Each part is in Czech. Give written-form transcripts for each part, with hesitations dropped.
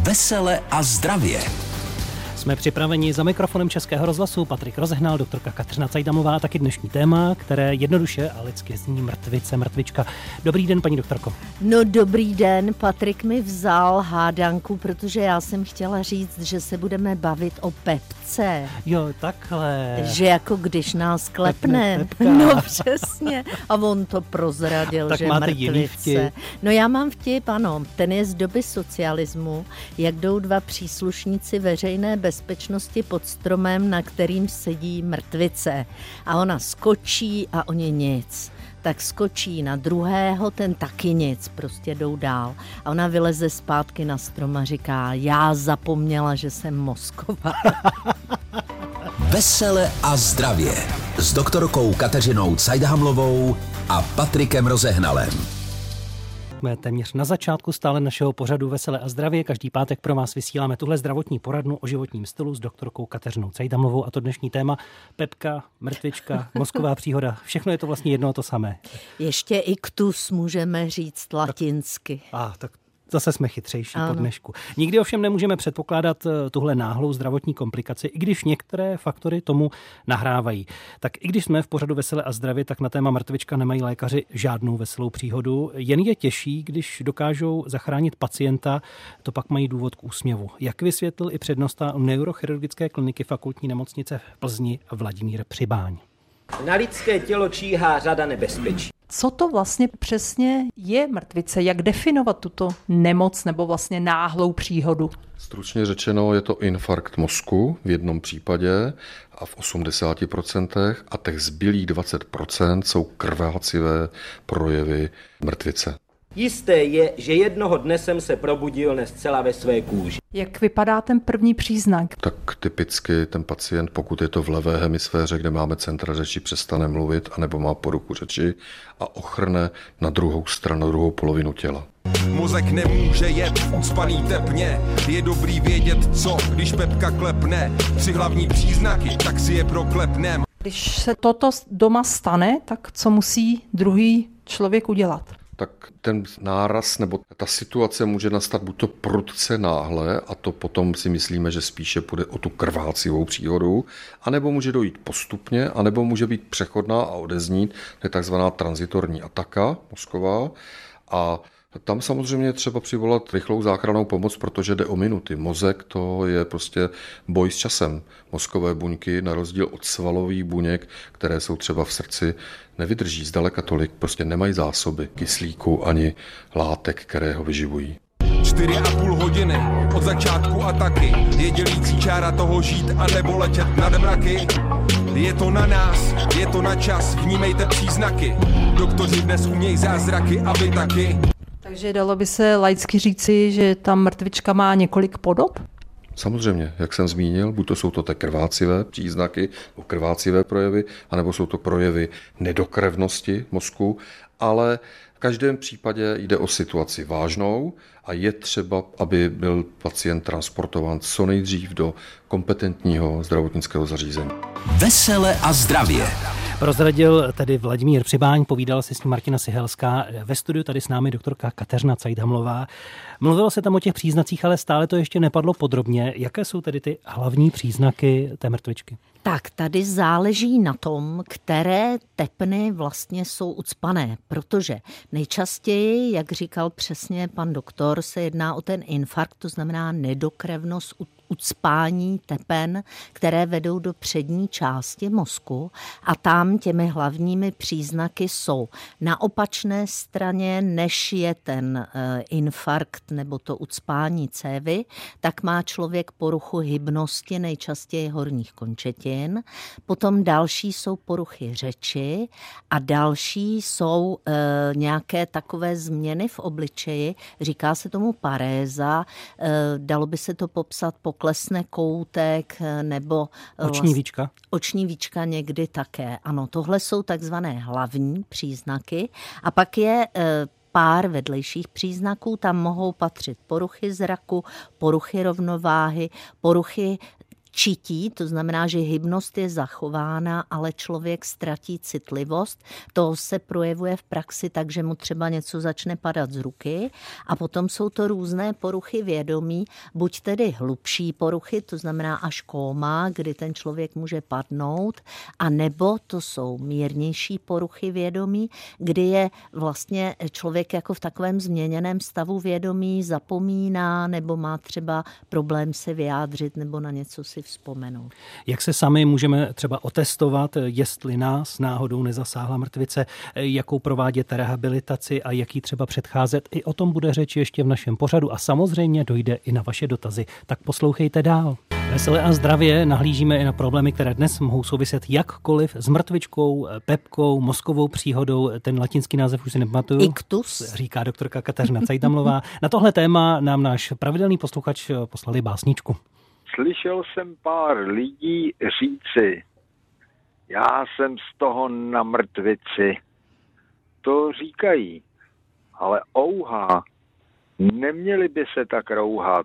Vesele a zdravě. Jsme připraveni za mikrofonem Českého rozhlasu. Patrik Rozehnal, doktorka Kateřina Cajdamová, taky dnešní téma, které jednoduše a lidsky zní mrtvice, mrtvička. Dobrý den, paní doktorko. No dobrý den, Patrik mi vzal hádanku, protože já jsem chtěla říct, že se budeme bavit o Pepce. Jo, takhle. Že jako když nás klepne. No přesně. A on to prozradil, tak že máte jiný vtip. No já mám vtip, ano. Ten je z doby socialismu, jak jdou dva příslušníci veřejné bezpečnosti pod stromem, na kterým sedí mrtvice. A ona skočí a oni nic. Tak skočí na druhého, ten taky nic, prostě jdou dál. A ona vyleze zpátky na strom a říká, já zapomněla, že jsem mozková. Vesele a zdravě s doktorkou Kateřinou Cajdahamlovou a Patrikem Rozehnalem. Jsme téměř na začátku stále našeho pořadu Vesele a zdravě. Každý pátek pro vás vysíláme tuhle zdravotní poradnu o životním stylu s doktorkou Kateřinou Cajdahamlovou a to dnešní téma Pepka, mrtvička, mozková příhoda. Všechno je to vlastně jedno a to samé. Ještě iktus můžeme říct latinsky. Tak zase jsme chytřejší po dnešku. Nikdy ovšem nemůžeme předpokládat tuhle náhlou zdravotní komplikaci, i když některé faktory tomu nahrávají. Tak i když jsme v pořadu Vesele a zdravě, tak na téma mrtvička nemají lékaři žádnou veselou příhodu. Jen je těžší, když dokážou zachránit pacienta, to pak mají důvod k úsměvu. Jak vysvětlil i přednosta neurochirurgické kliniky fakultní nemocnice v Plzni Vladimír Přibáň. Na lidské tělo číhá řada nebezpečí. Co to vlastně přesně je mrtvice? Jak definovat tuto nemoc nebo vlastně náhlou příhodu? Stručně řečeno je to infarkt mozku v jednom případě a v 80% a těch zbylých 20% jsou krvácivé projevy mrtvice. Jisté je, že jednoho dne jsem se probudil ne zcela ve své kůži. Jak vypadá ten první příznak? Tak typicky ten pacient, pokud je to v levé hemisféře, kde máme centra řeči, přestane mluvit, anebo má poruchu řeči a ochrne na druhou stranu, druhou polovinu těla. Mozek nemůže jet v ucpaný tepně. Je dobrý vědět, co, když Pepka klepne. 3 hlavní příznaky, tak si je proklepnem. Když se toto doma stane, tak co musí druhý člověk udělat? Tak ten náraz nebo ta situace může nastat buď to prudce náhle, a to potom si myslíme, že spíše půjde o tu krvácivou příhodu, anebo může dojít postupně, anebo může být přechodná a odeznít, to je takzvaná transitorní ataka mozková a tam samozřejmě je třeba přivolat rychlou záchrannou pomoc, protože jde o minuty. Mozek to je prostě boj s časem. Mozkové buňky na rozdíl od svalových buněk, které jsou třeba v srdci, nevydrží zdaleka tolik, prostě nemají zásoby kyslíku ani látek, které ho vyživují. 4,5 hodiny od začátku ataky. Je dělící čára toho žít a nebo letět nad mraky. Je to na nás, je to na čas, vnímejte příznaky. Doktoři dnes umějí zázraky a vy taky. Takže dalo by se laicky říci, že ta mrtvička má několik podob? Samozřejmě, jak jsem zmínil, buď to jsou to krvácivé příznaky, krvácivé projevy, anebo jsou to projevy nedokrevnosti mozku, ale v každém případě jde o situaci vážnou a je třeba, aby byl pacient transportován co nejdřív do kompetentního zdravotnického zařízení. Vesele a zdravě. Prozradil tedy Vladimír Přibáň, povídala si s ním Martina Sihelská. Ve studiu tady s námi doktorka Kateřina Cajdahamlová. Mluvilo se tam o těch příznacích, ale stále to ještě nepadlo podrobně. Jaké jsou tedy ty hlavní příznaky té mrtvičky? Tak tady záleží na tom, které tepny vlastně jsou ucpané, protože nejčastěji, jak říkal přesně pan doktor, se jedná o ten infarkt, to znamená nedokrevnost ucpání tepen, které vedou do přední části mozku a tam těmi hlavními příznaky jsou na opačné straně, než je ten infarkt nebo to ucpání cévy, tak má člověk poruchu hybnosti, nejčastěji horních končetin, potom další jsou poruchy řeči a další jsou nějaké takové změny v obličeji, říká se tomu paréza, dalo by se to popsat poklesne koutek nebo oční víčka. Oční víčka někdy také. Ano, tohle jsou takzvané hlavní příznaky a pak je pár vedlejších příznaků, tam mohou patřit poruchy zraku, poruchy rovnováhy, poruchy čití, to znamená, že hybnost je zachována, ale člověk ztratí citlivost. To se projevuje v praxi tak, že mu třeba něco začne padat z ruky a potom jsou to různé poruchy vědomí, buď tedy hlubší poruchy, to znamená až kóma, kdy ten člověk může padnout, a nebo to jsou mírnější poruchy vědomí, kdy je vlastně člověk jako v takovém změněném stavu vědomí, zapomíná nebo má třeba problém se vyjádřit nebo na něco si vzpomenout. Jak se sami můžeme třeba otestovat, jestli nás náhodou nezasáhla mrtvice, jakou provádět rehabilitaci a jaký třeba předcházet? I o tom bude řeč ještě v našem pořadu a samozřejmě dojde i na vaše dotazy. Tak poslouchejte dál. Veselé a zdravě nahlížíme i na problémy, které dnes mohou souviset jakkoliv s mrtvičkou, pepkou, mozkovou příhodou. Ten latinský název už si nepamatuju. Iktus. Říká doktorka Kateřina Cajdamlová. Na tohle téma nám náš pravidelný posluchač poslali básničku. Slyšel jsem pár lidí říci, já jsem z toho na mrtvici. To říkají, ale ouhá, neměli by se tak rouhat.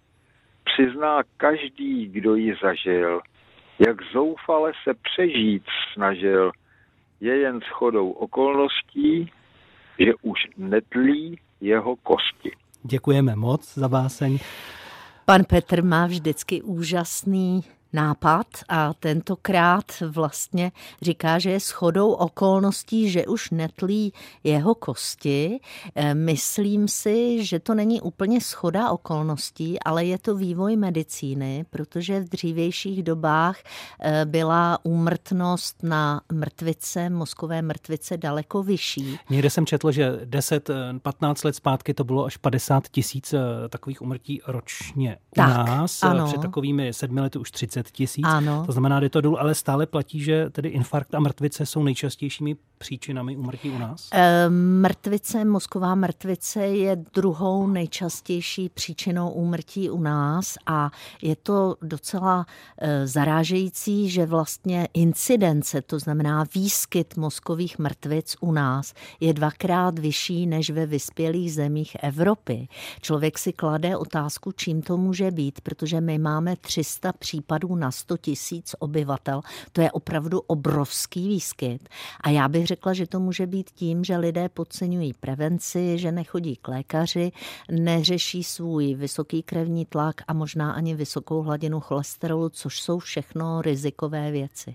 Přizná každý, kdo ji zažil, jak zoufale se přežít snažil, je jen shodou okolností, že už netlí jeho kosti. Děkujeme moc za báseň. Pan Petr má vždycky úžasný nápad a tentokrát vlastně říká, že je shodou okolností, že už netlí jeho kosti. Myslím si, že to není úplně shoda okolností, ale je to vývoj medicíny, protože v dřívějších dobách byla úmrtnost na mrtvice, mozkové mrtvice daleko vyšší. Někde jsem četl, že 10-15 let zpátky to bylo až 50 000 takových úmrtí ročně u nás. Ano. Před takovými 7 lety už 30 000. Ano. To znamená, jde to dolů, ale stále platí, že tedy infarkt a mrtvice jsou nejčastějšími příčinami úmrtí u nás? Mrtvice, mozková mrtvice je druhou nejčastější příčinou úmrtí u nás a je to docela zarážející, že vlastně incidence, to znamená výskyt mozkových mrtvic u nás je 2krát vyšší než ve vyspělých zemích Evropy. Člověk si klade otázku, čím to může být, protože my máme 300 případů na 100 000 obyvatel. To je opravdu obrovský výskyt. A já bych řekla, že to může být tím, že lidé podceňují prevenci, že nechodí k lékaři, neřeší svůj vysoký krevní tlak a možná ani vysokou hladinu cholesterolu, což jsou všechno rizikové věci.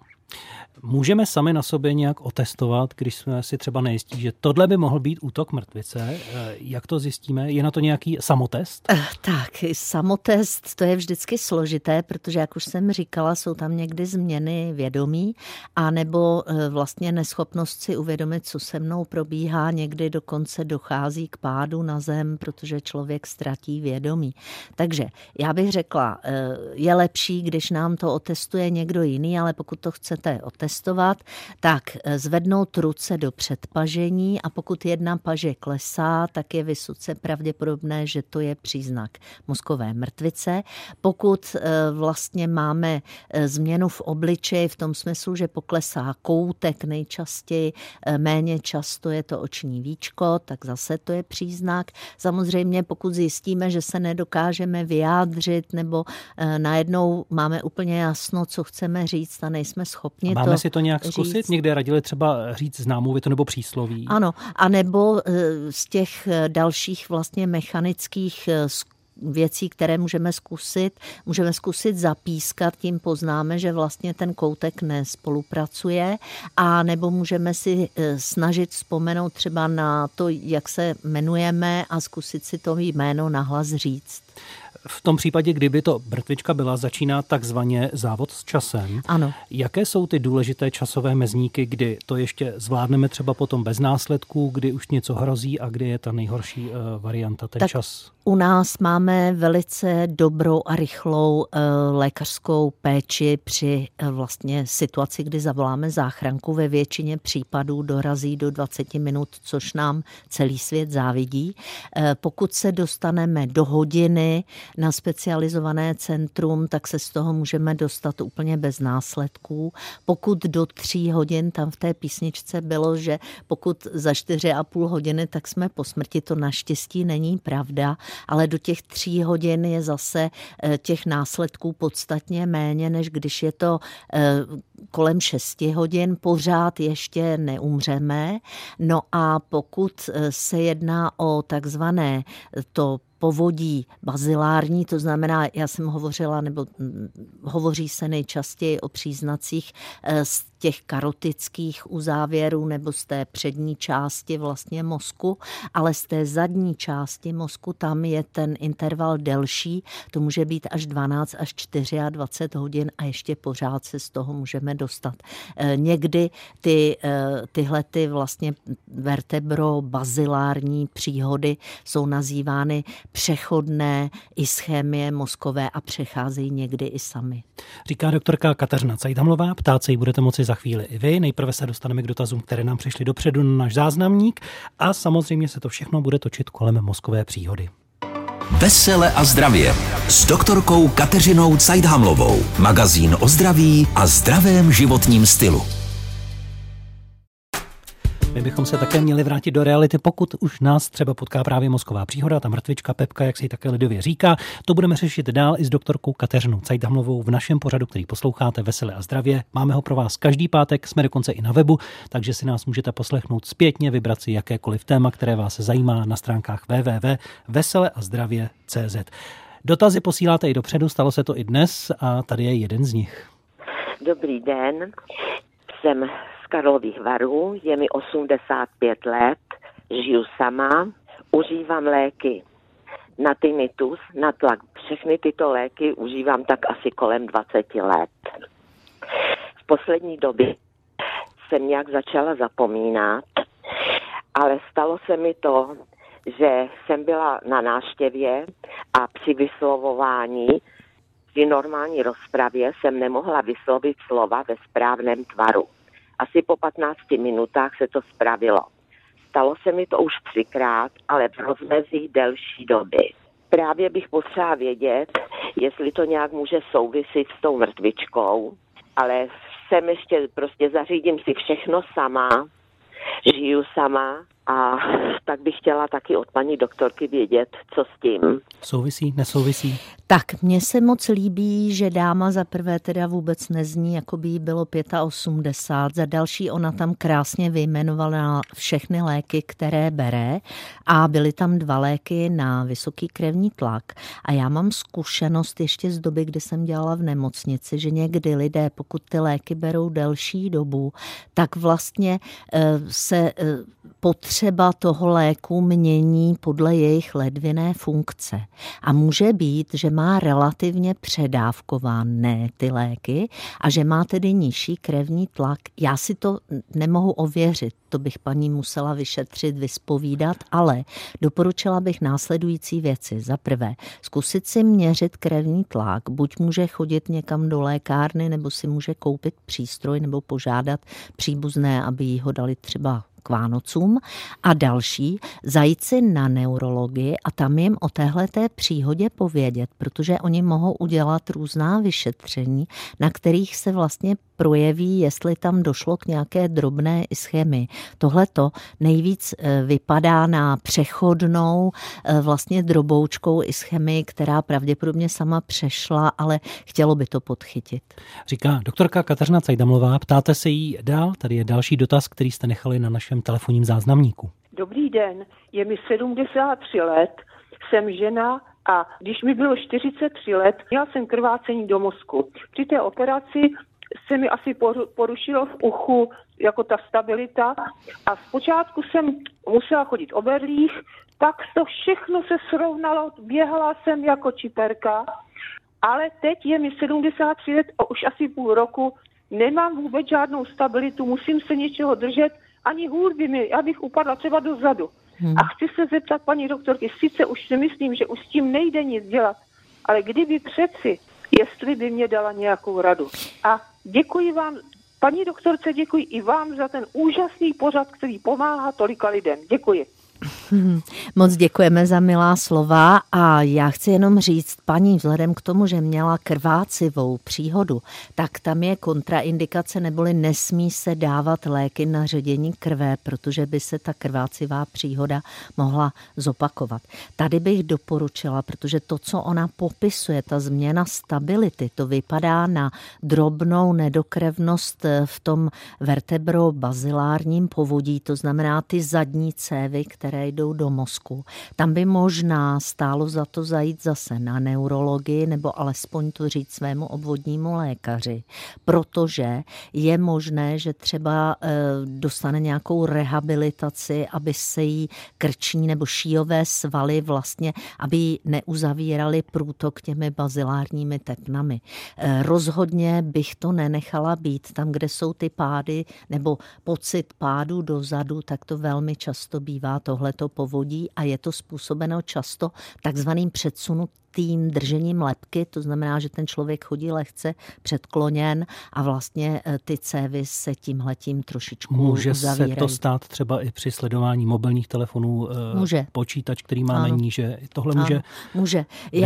Můžeme sami na sobě nějak otestovat, když jsme si třeba nejistí, že tohle by mohl být útok mrtvice? Jak to zjistíme? Je na to nějaký samotest? Tak, samotest, to je vždycky složité, protože, jak už jsem říkala, jsou tam někdy změny vědomí, anebo vlastně neschopnost si uvědomit, co se mnou probíhá. Někdy dokonce dochází k pádu na zem, protože člověk ztratí vědomí. Takže já bych řekla, je lepší, když nám to otestuje někdo jiný, ale pokud to chcete otestovat, tak zvednout ruce do předpažení a pokud jedna paže klesá, tak je vysoce pravděpodobné, že to je příznak mozkové mrtvice. Pokud vlastně máme změnu v obličeji v tom smyslu, že poklesá koutek nejčastěji, méně často je to oční víčko, tak zase to je příznak. Samozřejmě pokud zjistíme, že se nedokážeme vyjádřit nebo najednou máme úplně jasno, co chceme říct a nejsme schopni máme si to nějak zkusit? Říct. Někde radili třeba říct známou větu nebo přísloví? Ano, anebo z těch dalších vlastně mechanických věcí, které můžeme zkusit zapískat, tím poznáme, že vlastně ten koutek nespolupracuje, a nebo můžeme si snažit vzpomenout třeba na to, jak se jmenujeme a zkusit si to jméno nahlas říct. V tom případě, kdyby to mrtvička byla, začíná takzvaně závod s časem. Ano. Jaké jsou ty důležité časové mezníky, kdy to ještě zvládneme třeba potom bez následků, kdy už něco hrozí a kdy je ta nejhorší varianta, ten tak čas? U nás máme velice dobrou a rychlou lékařskou péči při vlastně situaci, kdy zavoláme záchranku. Ve většině případů dorazí do 20 minut, což nám celý svět závidí. Pokud se dostaneme do hodiny na specializované centrum, tak se z toho můžeme dostat úplně bez následků. Pokud do 3 hodin, tam v té písničce bylo, že pokud za 4,5 hodiny, tak jsme po smrti, to naštěstí není pravda. ale do těch 3 hodin je zase těch následků podstatně méně, než když je to kolem 6 hodin, pořád ještě neumřeme. No a pokud se jedná o takzvané to povodí bazilární, to znamená, já jsem hovořila, nebo hovoří se nejčastěji o příznacích z těch karotických uzávěrů nebo z té přední části vlastně mozku, ale z té zadní části mozku tam je ten interval delší, to může být až 12 až 24 hodin a ještě pořád se z toho můžeme dostat. Někdy tyhle vlastně vertebrobazilární příhody jsou nazývány přechodné ischemie mozkové a přecházejí někdy i sami. Říká doktorka Kateřina Cajdhamlová, ptát se jí budete moci za chvíli i vy. Nejprve se dostaneme k dotazům, které nám přišly dopředu na náš záznamník a samozřejmě se to všechno bude točit kolem mozkové příhody. Vesele a zdravě s doktorkou Kateřinou Cajdhamlovou. Magazín o zdraví a zdravém životním stylu. My bychom se také měli vrátit do reality, pokud už nás třeba potká právě mozková příhoda, ta mrtvička, pepka, jak se jí také lidově říká. To budeme řešit dál i s doktorkou Kateřinou Cajdhamlovou v našem pořadu, který posloucháte, Vesele a zdravě. Máme ho pro vás každý pátek, jsme dokonce i na webu, takže si nás můžete poslechnout zpětně, vybrat si jakékoliv téma, které vás zajímá na stránkách www.veseleazdravě.cz. Dotazy posíláte i dopředu, stalo se to i dnes a tady je jeden z nich. Dobrý den, jsem Karlových Varů, je mi 85 let, žiju sama, užívám léky na tinnitus, na tlak. Všechny tyto léky užívám tak asi kolem 20 let. V poslední době jsem nějak začala zapomínat, ale stalo se mi to, že jsem byla na návštěvě a při vyslovování, při normální rozpravě jsem nemohla vyslovit slova ve správném tvaru. Asi po 15 minutách se to spravilo. Stalo se mi to už 3krát, ale v rozmezí delší doby. Právě bych potřeba vědět, jestli to nějak může souvisit s tou mrtvičkou, ale jsem ještě zařídím si všechno sama, žiju sama a tak bych chtěla taky od paní doktorky vědět, co s tím. Souvisí, nesouvisí? Tak, mně se moc líbí, že dáma za prvé teda vůbec nezní, jako by jí bylo 85, za další ona tam krásně vyjmenovala všechny léky, které bere a byly tam 2 léky na vysoký krevní tlak. A já mám zkušenost ještě z doby, kdy jsem dělala v nemocnici, že někdy lidé, pokud ty léky berou delší dobu, tak vlastně se potřeba toho léku mění podle jejich ledvinné funkce. A může být, že má relativně předávkované ty léky a že má tedy nižší krevní tlak. Já si to nemohu ověřit, to bych paní musela vyšetřit, vyspovídat, ale doporučila bych následující věci. Za prvé, zkusit si měřit krevní tlak, buď může chodit někam do lékárny, nebo si může koupit přístroj, nebo požádat příbuzné, aby jí ho dali třeba k Vánocům. A další, zajít si na neurologii a tam jim o téhleté příhodě povědět, protože oni mohou udělat různá vyšetření, na kterých se vlastně projeví, jestli tam došlo k nějaké drobné ischemii. Tohleto nejvíc vypadá na přechodnou vlastně droboučkou ischemii, která pravděpodobně sama přešla, ale chtělo by to podchytit. Říká doktorka Kateřina Cajdhamlová, ptáte se jí dál, tady je další dotaz, který jste nechali na našem telefonním záznamníku. Dobrý den, je mi 73 let, jsem žena a když mi bylo 43 let, měla jsem krvácení do mozku. Při té operaci se mi asi porušilo v uchu jako ta stabilita a zpočátku jsem musela chodit o berlích, tak to všechno se srovnalo, běhala jsem jako čiperka, ale teď je mi 73 let a už asi půl roku nemám vůbec žádnou stabilitu, musím se něčeho držet, ani hůl by mi, já bych upadla třeba dozadu. A chci se zeptat paní doktorky, sice už si myslím, že už s tím nejde nic dělat, ale kdyby přeci, jestli by mě dala nějakou radu. A děkuji vám, paní doktorce, děkuji i vám za ten úžasný pořad, který pomáhá tolika lidem. Děkuji. Moc děkujeme za milá slova a já chci jenom říct, paní, vzhledem k tomu, že měla krvácivou příhodu, tak tam je kontraindikace, neboli nesmí se dávat léky na ředění krve, protože by se ta krvácivá příhoda mohla zopakovat. Tady bych doporučila, protože to, co ona popisuje, ta změna stability, to vypadá na drobnou nedokrevnost v tom vertebrobazilárním povodí, to znamená ty zadní cévy, které jdou do mozku. Tam by možná stálo za to zajít zase na neurologii nebo alespoň to říct svému obvodnímu lékaři, protože je možné, že třeba dostane nějakou rehabilitaci, aby se jí krční nebo šíjové svaly vlastně, aby ji neuzavíraly průtok těmi bazilárními tepnami. Rozhodně bych to nenechala být tam, kde jsou ty pády nebo pocit pádu dozadu, tak to velmi často bývá tohleto povodí a je to způsobeno často takzvaným předsunutým držením lebky, to znamená, že ten člověk chodí lehce předkloněn a vlastně ty cévy se tímhletím trošičku uzavírají. Může se to stát třeba i při sledování mobilních telefonů, počítač, který máme níže. Tohle může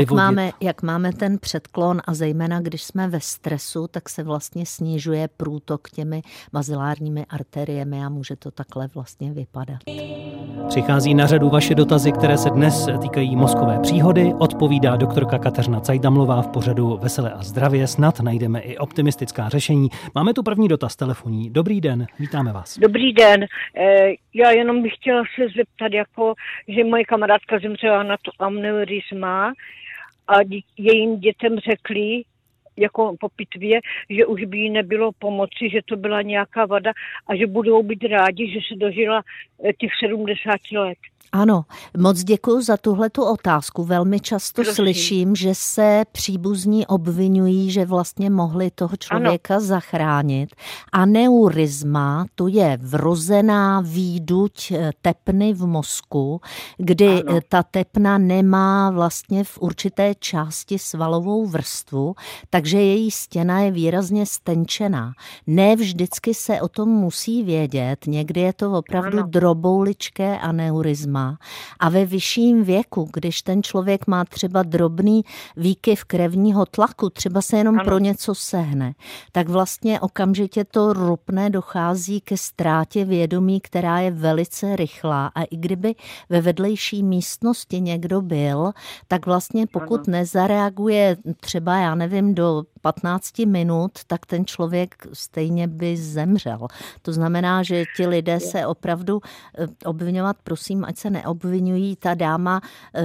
Jak máme ten předklon a zejména když jsme ve stresu, tak se vlastně snižuje průtok těmi bazilárními arteriemi a může to takhle vlastně vypadat. Přichází na řadu vaše dotazy, které se dnes týkají mozkové příhody. Odpovídá doktorka Kateřina Cajdamlová v pořadu Vesele a zdravě. Snad najdeme i optimistická řešení. Máme tu první dotaz telefonní. Dobrý den, vítáme vás. Dobrý den. Já jenom bych chtěla se zeptat, že moje kamarádka zemřela na to aneurisma a jejím dětem řekli, jako po pitvě, že už by jí nebylo pomoci, že to byla nějaká vada a že budou být rádi, že se dožila těch 70 let. Ano, moc děkuji za tuhletu otázku. Velmi často slyším, že se příbuzní obvinují, že vlastně mohli toho člověka zachránit. Aneurisma, to je vrozená výduť tepny v mozku, kdy ta tepna nemá vlastně v určité části svalovou vrstvu, takže její stěna je výrazně stenčená. Ne vždycky se o tom musí vědět, někdy je to opravdu drobouličké aneurisma. A ve vyšším věku, když ten člověk má třeba drobný výkyv krevního tlaku, třeba se jenom pro něco sehne, tak vlastně okamžitě to rupne, dochází ke ztrátě vědomí, která je velice rychlá. A i kdyby ve vedlejší místnosti někdo byl, tak vlastně pokud nezareaguje třeba, já nevím, do 15 minut, tak ten člověk stejně by zemřel. To znamená, že ti lidé se opravdu obvinovat, prosím, ať se neobvinují. Ta dáma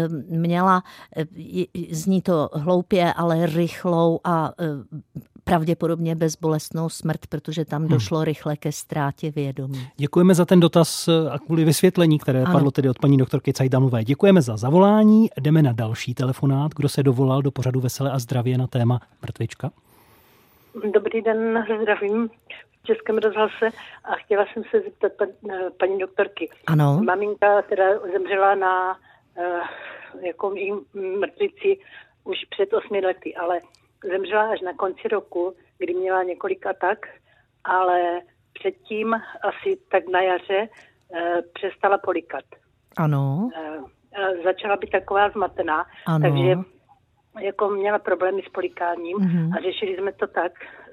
měla, zní to hloupě, ale rychlou a pravděpodobně bezbolestnou smrt, protože tam došlo rychle ke ztrátě vědomí. Děkujeme za ten dotaz a kvůli vysvětlení, které padlo tedy od paní doktorky Cajdamlové. Děkujeme za zavolání. Jdeme na další telefonát. Kdo se dovolal do pořadu Vesele a zdravě na téma mrtvička? Dobrý den, zdravím v Českém rozhlase a chtěla jsem se zeptat paní doktorky. Ano. Maminka teda zemřela na jako mrtvici už před 8 lety, ale zemřela až na konci roku, kdy měla několik atak, ale předtím asi tak na jaře přestala polikat. Ano. Začala být taková zmatená, takže jako měla problémy s polikáním a řešili jsme to tak,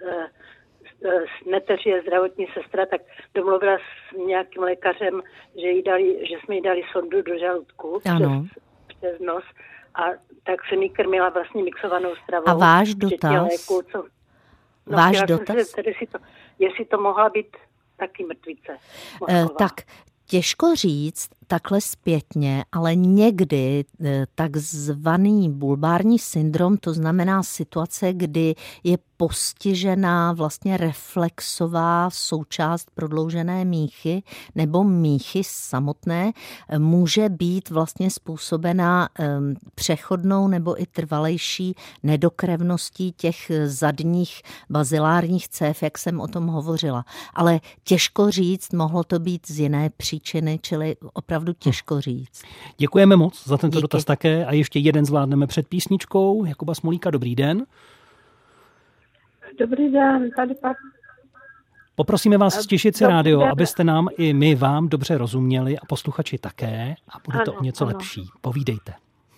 neteř je zdravotní sestra, tak domluvila s nějakým lékařem, že jsme jí dali sondu do žaludku přes nos a tak se mi krmila vlastně mixovanou stravou. A váš dotaz? Váš dotaz? Jestli to mohla být taky mrtvice. Tak těžko říct takhle zpětně, ale někdy takzvaný bulbární syndrom, to znamená situace, kdy je postižená vlastně reflexová součást prodloužené míchy nebo míchy samotné, může být vlastně způsobená přechodnou nebo i trvalejší nedokrevností těch zadních bazilárních cév, jak jsem o tom hovořila. Ale těžko říct, mohlo to být z jiné příčiny, čili opravdu těžko říct. Děkujeme moc za tento dotaz také a ještě jeden zvládneme před písničkou. Jakuba Smolíka, dobrý den. Dobrý den, tady Poprosíme vás stišit si rádio, abyste nám i my vám dobře rozuměli a posluchači také a bude to o něco lepší. Povídejte.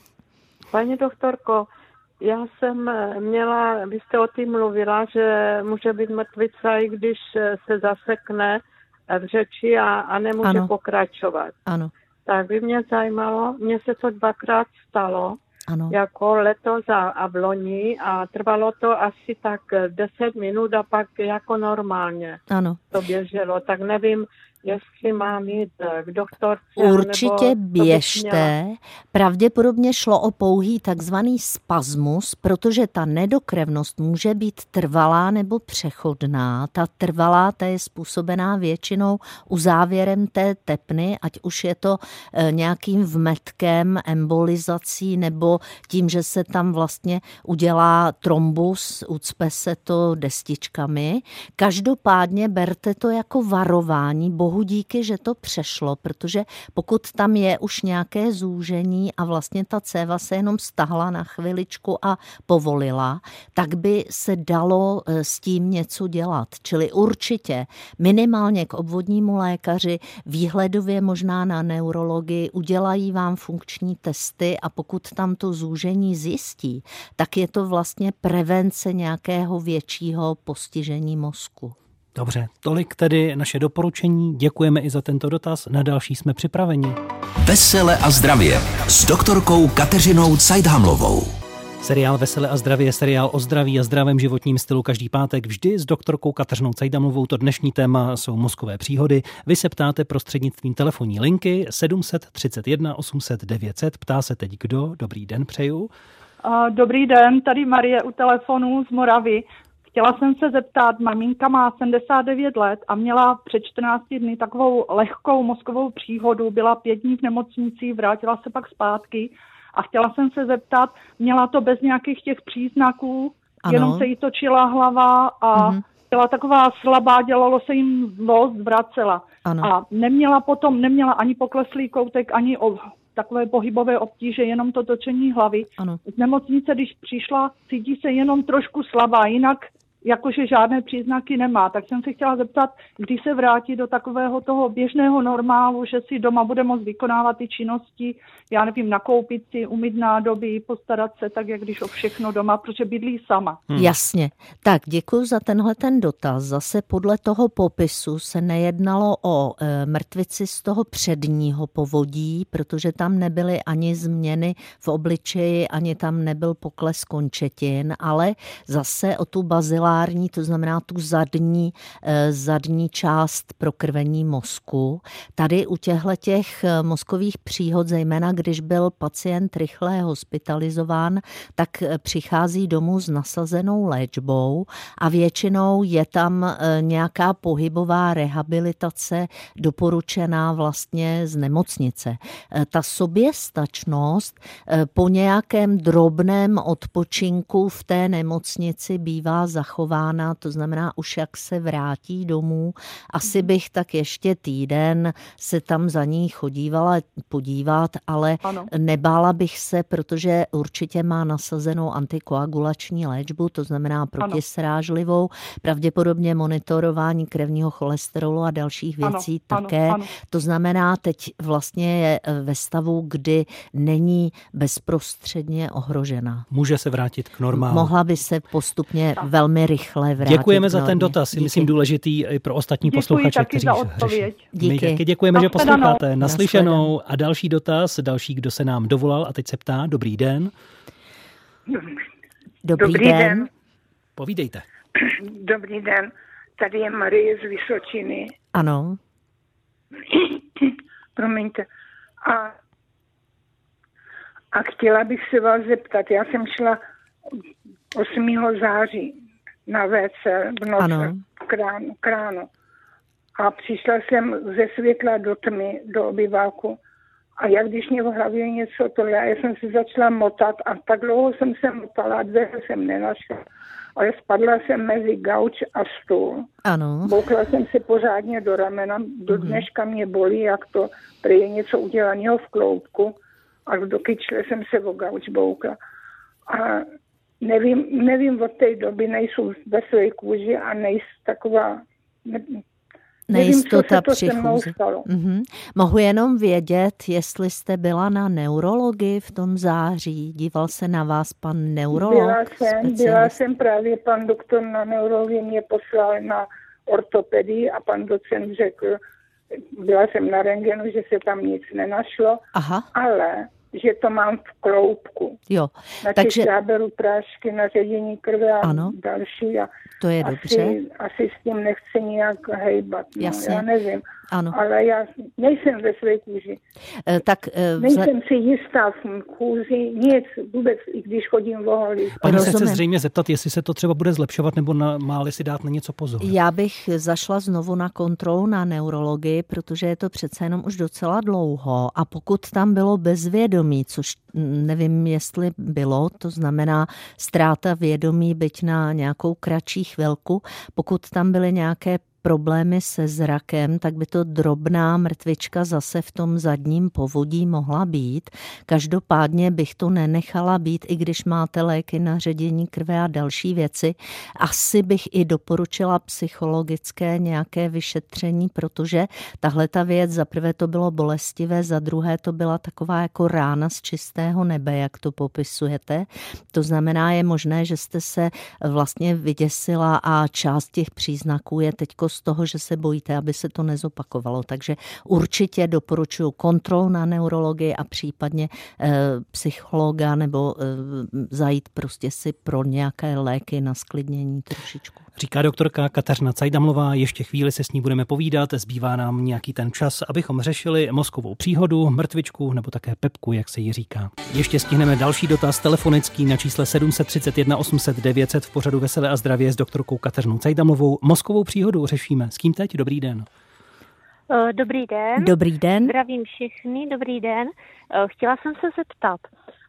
Paní doktorko, já jsem měla, vy jste o tím mluvila, že může být mrtvice, i když se zasekne v řeči a nemůže pokračovat. Ano. Tak by mě zajímalo, mně se to 2krát stalo, jako letos a v loni a trvalo to asi tak 10 minut a pak jako normálně to běželo. Tak nevím, jestli mám jít k doktorce. Určitě běžte. Pravděpodobně šlo o pouhý takzvaný spasmus, protože ta nedokrevnost může být trvalá nebo přechodná. Ta trvalá, ta je způsobená většinou uzávěrem té tepny, ať už je to nějakým vmetkem, embolizací nebo tím, že se tam vlastně udělá trombus, ucpe se to destičkami. Každopádně berte to jako varování, bohu díky, že to přešlo, protože pokud tam je už nějaké zúžení a vlastně ta céva se jenom stahla na chviličku a povolila, tak by se dalo s tím něco dělat. Čili určitě minimálně k obvodnímu lékaři, výhledově možná na neurologii, udělají vám funkční testy a pokud tam to zúžení zjistí, tak je to vlastně prevence nějakého většího postižení mozku. Dobře, tolik tedy naše doporučení. Děkujeme i za tento dotaz. Na další jsme připraveni. Vesele a zdravě s doktorkou Kateřinou Cajdhamlovou. Seriál Vesele a zdravě je seriál o zdraví a zdravém životním stylu každý pátek vždy s doktorkou Kateřinou Cajdhamlovou. To dnešní téma jsou mozkové příhody. Vy se ptáte prostřednictvím telefonní linky 731 800 900. Ptá se teď kdo? Dobrý den, přeju. Dobrý den, tady Marie u telefonu z Moravy. Chtěla jsem se zeptat, maminka má 79 let a měla před 14 dny takovou lehkou mozkovou příhodu, byla 5 dní v nemocnici, vrátila se pak zpátky a chtěla jsem se zeptat, měla to bez nějakých těch příznaků, jenom se jí točila hlava a byla taková slabá, dělalo se jim zlost, vracela. A neměla ani pokleslý koutek, ani takové pohybové obtíže, jenom to točení hlavy. Z nemocnice, když přišla, cítí se jenom trošku slabá, jinak jakože žádné příznaky nemá. Tak jsem se chtěla zeptat, kdy se vrátí do takového toho běžného normálu, že si doma bude moct vykonávat ty činnosti, já nevím, nakoupit si, umyt nádoby, postarat se tak, jak když o všechno doma, protože bydlí sama. Jasně. Tak děkuji za tenhle ten dotaz. Zase podle toho popisu se nejednalo o mrtvici z toho předního povodí, protože tam nebyly ani změny v obličeji, ani tam nebyl pokles končetin, ale zase o tu bazilární, to znamená tu zadní část prokrvení mozku. Tady u těch mozkových příhod, zejména když byl pacient rychle hospitalizován, tak přichází domů s nasazenou léčbou a většinou je tam nějaká pohybová rehabilitace doporučená vlastně z nemocnice. Ta soběstačnost po nějakém drobném odpočinku v té nemocnici bývá zachována, to znamená už jak se vrátí domů, asi bych tak ještě týden se tam za ní chodívala podívat, ale nebála bych se, protože určitě má nasazenou antikoagulační léčbu, to znamená protisrážlivou, pravděpodobně monitorování krevního cholesterolu a dalších věcí také. To znamená, teď vlastně je ve stavu, kdy není bezprostředně ohrožena. Může se vrátit k normálu. Mohla by se postupně velmi rychle vrátit. Děkujeme za ten dotaz, myslím důležitý i pro ostatní posluchače, kteří řeší. My taky děkujeme, že posloucháte. Naslyšenou. A další dotaz, kdo se nám dovolal a teď se ptá. Dobrý den. Dobrý den. Povídejte. Dobrý den. Tady je Marie z Vysočiny. Ano. Promiňte. A chtěla bych se vás zeptat. Já jsem šla 8. září na WC v noci kránu. A přišla jsem ze světla do tmy, do obyváku. A jak když mě v hlavě něco já jsem se začala motat a tak dlouho jsem se motala, dveře jsem nenašla. Ale spadla jsem mezi gauč a stůl. Boukla jsem se pořádně do ramena, do dneška mě bolí, jak to je něco udělaného v kloubku. A do kyčle jsem se o gauč boukla. A nevím, od té doby nejsou ve své kůži a taková Nejistota při chůzi. Mohu jenom vědět, jestli jste byla na neurologii v tom září. Díval se na vás pan neurolog? Byla jsem právě, pan doktor na neurologii mě poslal na ortopedii a pan docent řekl, byla jsem na rentgenu, že se tam nic nenašlo, ale že to mám v kloubku. Jo. Takže já beru prášky na ředění krve a další. A to je dobře. Asi s tím nechci nějak hejbat. Jasně. Já nevím. Ano. Ale já nejsem ve své kůži. Nejsem si jistá v kůži, nic vůbec, i když chodím v oholí. Paní se chce zřejmě zeptat, jestli se to třeba bude zlepšovat, nebo má-li si dát na něco pozor. Já bych zašla znovu na kontrolu na neurologii, protože je to přece jenom už docela dlouho a pokud tam bylo bezvědomí, což nevím, jestli bylo, to znamená ztráta vědomí, byť na nějakou kratší chvilku, pokud tam byly nějaké problémy se zrakem, tak by to drobná mrtvička zase v tom zadním povodí mohla být. Každopádně bych to nenechala být, i když máte léky na ředění krve a další věci. Asi bych i doporučila psychologické nějaké vyšetření, protože tahle ta věc, za prvé to bylo bolestivé, za druhé to byla taková jako rána z čistého nebe, jak to popisujete. To znamená, je možné, že jste se vlastně vyděsila a část těch příznaků je teďko z toho, že se bojíte, aby se to nezopakovalo. Takže určitě doporučuji kontrolu na neurologii a případně psychologa nebo zajít prostě si pro nějaké léky na sklidnění trošičku. Říká doktorka Kateřina Cajdhamlová, ještě chvíli se s ní budeme povídat, zbývá nám nějaký ten čas, abychom řešili mozkovou příhodu, mrtvičku nebo také pepku, jak se jí říká. Ještě stihneme další dotaz telefonický na čísle 731 800 900 v pořadu Veselé a zdravě s doktorkou Kateřinou Cajdhamlovou. Mozkovou příhodu řešíme. S kým teď? Dobrý den. Dobrý den. Dobrý den. Zdravím všechny, dobrý den. Chtěla jsem se zeptat.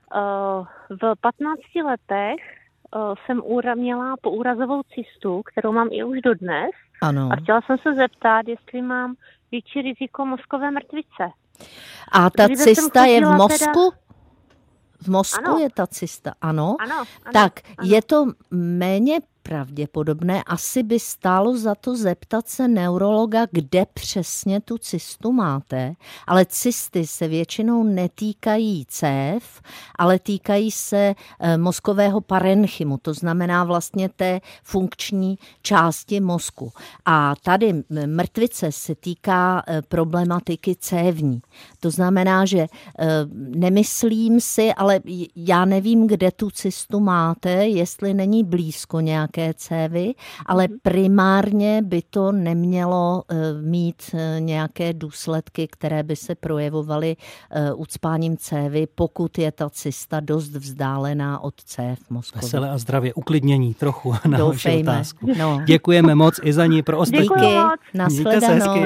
V 15 letech jsem měla poúrazovou cystu, kterou mám i už dodnes. Ano. A chtěla jsem se zeptat, jestli mám větší riziko mozkové mrtvice. A ta cysta je v mozku? V mozku ano. je ta cysta, ano. Ano. Tak je to méně pravděpodobné, asi by stálo za to zeptat se neurologa, kde přesně tu cystu máte, ale cysty se většinou netýkají cév, ale týkají se mozkového parenchymu, to znamená vlastně té funkční části mozku. A tady mrtvice se týká problematiky cévní. To znamená, že nemyslím si, ale já nevím, kde tu cystu máte, jestli není blízko nějaké cévy, ale primárně by to nemělo mít nějaké důsledky, které by se projevovaly ucpáním cévy, pokud je ta cysta dost vzdálená od cév mozkových. Veselé a zdravě, uklidnění trochu na vaši otázku. No. Děkujeme moc i za ní pro ostatní. Díky, nashledanou.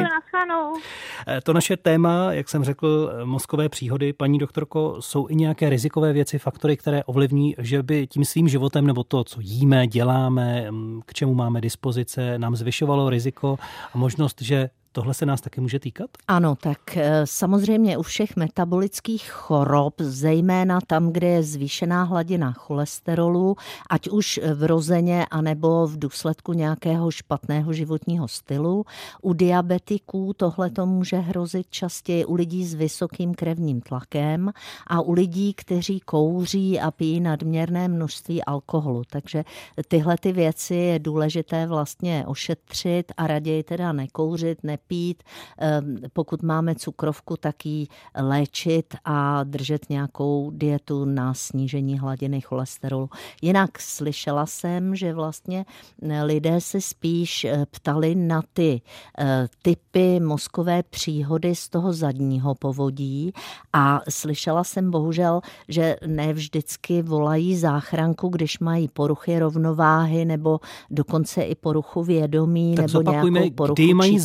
To naše téma, jak jsem řekl, mozkové příhody, paní doktorko, jsou i nějaké rizikové věci, faktory, které ovlivní, že by tím svým životem nebo to, co jíme, děláme, k čemu máme dispozice, nám zvyšovalo riziko a možnost, že tohle se nás taky může týkat? Ano, tak samozřejmě u všech metabolických chorob, zejména tam, kde je zvýšená hladina cholesterolu, ať už vrozeně, anebo v důsledku nějakého špatného životního stylu. U diabetiků tohle to může hrozit častěji u lidí s vysokým krevním tlakem a u lidí, kteří kouří a pijí nadměrné množství alkoholu. Takže tyhle ty věci je důležité vlastně ošetřit a raději teda nekouřit, pít, pokud máme cukrovku, tak ji léčit a držet nějakou dietu na snížení hladiny cholesterolu. Jinak slyšela jsem, že vlastně lidé se spíš ptali na ty typy mozkové příhody z toho zadního povodí a slyšela jsem bohužel, že ne vždycky volají záchranku, když mají poruchy rovnováhy nebo dokonce i poruchu vědomí tak nebo nějakou poruchu kdy mají čití. zavolat,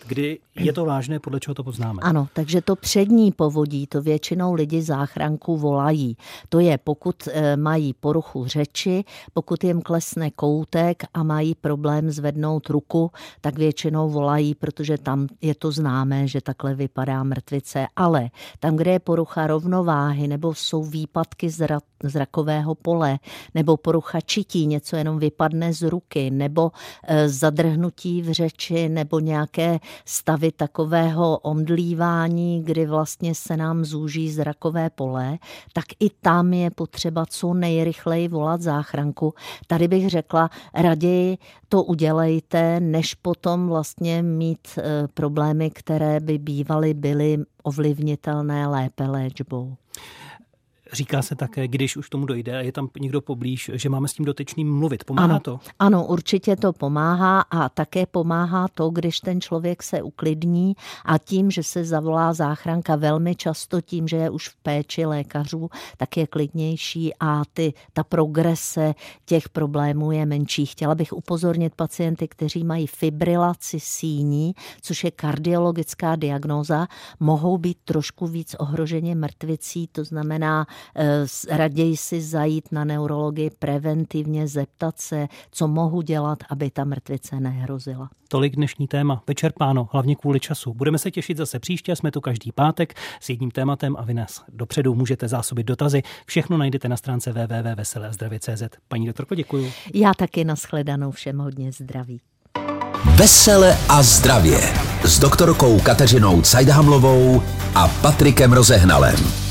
Kdy je to vážné, podle čeho to poznáme? Ano, takže to přední povodí, to většinou lidi záchranku volají. To je, pokud mají poruchu řeči, pokud jim klesne koutek a mají problém zvednout ruku, tak většinou volají, protože tam je to známé, že takhle vypadá mrtvice. Ale tam, kde je porucha rovnováhy, nebo jsou výpadky zrakového pole, nebo porucha čití, něco jenom vypadne z ruky, nebo zadrhnutí v řeči, nebo nějaké stavy takového omdlívání, kdy vlastně se nám zúží zrakové pole, tak i tam je potřeba co nejrychleji volat záchranku. Tady bych řekla, raději to udělejte, než potom vlastně mít problémy, které by byly ovlivnitelné lépe léčbou. Říká se také, když už tomu dojde a je tam někdo poblíž, že máme s tím dotyčným mluvit. Pomáhá to? Ano, určitě to pomáhá a také pomáhá to, když ten člověk se uklidní a tím, že se zavolá záchranka velmi často, tím, že je už v péči lékařů, tak je klidnější a ta progrese těch problémů je menší. Chtěla bych upozornit pacienty, kteří mají fibrilaci síní, což je kardiologická diagnóza, mohou být trošku víc ohroženi mrtvicí, to znamená raději si zajít na neurologii preventivně, zeptat se, co mohu dělat, aby ta mrtvice nehrozila. Tolik dnešní téma. Vyčerpáno, hlavně kvůli času. Budeme se těšit zase příště, jsme tu každý pátek s jedním tématem a vy nás dopředu můžete zásobit dotazy. Všechno najdete na stránce www.veseleazdravě.cz. Paní doktorko, děkuju. Já taky, nashledanou, všem hodně zdraví. Vesele a zdravě s doktorkou Kateřinou Cajdhamlovou a Patrikem Rozehnalem.